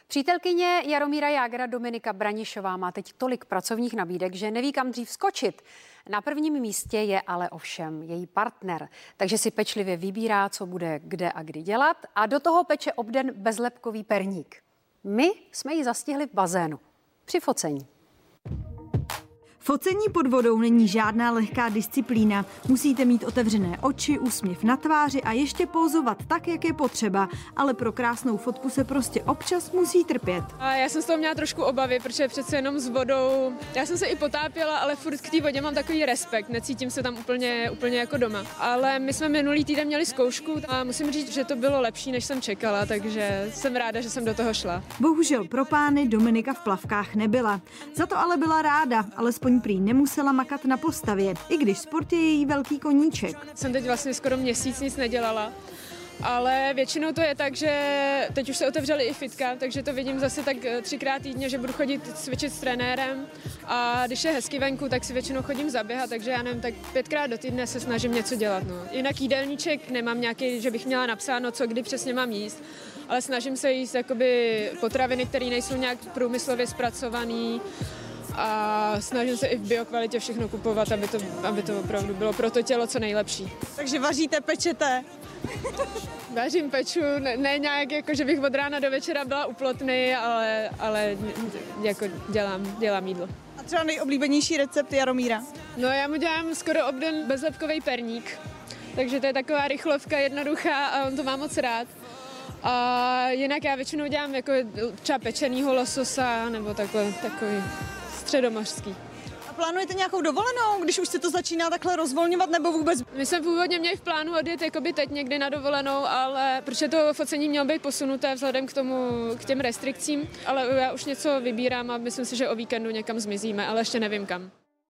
Přítelkyně Jaromíra Jágra Dominika Branišová má teď tolik pracovních nabídek, že neví, kam dřív skočit. Na prvním místě je ale ovšem její partner, takže si pečlivě vybírá, co bude kde a kdy dělat a do toho peče obden bezlepkový perník. My jsme ji zastihli v bazénu při focení. Focení pod vodou není žádná lehká disciplína. Musíte mít otevřené oči, úsměv na tváři a ještě pózovat tak, jak je potřeba. Ale pro krásnou fotku se prostě občas musí trpět. A já jsem z toho měla trošku obavy, protože přece jenom s vodou, já jsem se i potápěla, ale furt k té vodě mám takový respekt, necítím se tam úplně jako doma. Ale my jsme minulý týden měli zkoušku a musím říct, že to bylo lepší, než jsem čekala, takže jsem ráda, že jsem do toho šla. Bohužel pro pány Dominika v plavkách nebyla. Za to ale byla ráda, alespoň prý nemusela makat na postavě, i když sport je její velký koníček. Jsem teď vlastně skoro měsíc nic nedělala, ale většinou to je tak, že teď už se otevřely i fitka, takže to vidím zase tak 3krát týdně, že budu chodit cvičit s trenérem a když je hezky venku, tak si většinou chodím zaběhat, takže já nevím, tak 5krát do týdne se snažím něco dělat. No. Jinak jídelníček nemám nějaký, že bych měla napsáno, co kdy přesně mám jíst, ale snažím se jíst jakoby potraviny, které nejsou nějak průmyslově zpracované. A snažím se i v biokvalitě všechno kupovat, aby to opravdu bylo pro to tělo co nejlepší. Takže vaříte, pečete? Vařím, peču, ne nějak jako, že bych od rána do večera byla u plotny, ale jako dělám jídlo. A třeba nejoblíbenější recept Jaromíra? No já mu dělám skoro obden bezlepkový perník, takže to je taková rychlovka, jednoduchá a on to má moc rád. A jinak já většinou dělám jako třeba pečenýho lososa nebo takový středomořský. A plánujete nějakou dovolenou, když už se to začíná takhle rozvolňovat, nebo vůbec? My jsme původně měli v plánu odjet jakoby teď někdy na dovolenou, ale protože to focení mělo být posunuté vzhledem k těm restrikcím, ale já už něco vybírám a myslím si, že o víkendu někam zmizíme, ale ještě nevím kam.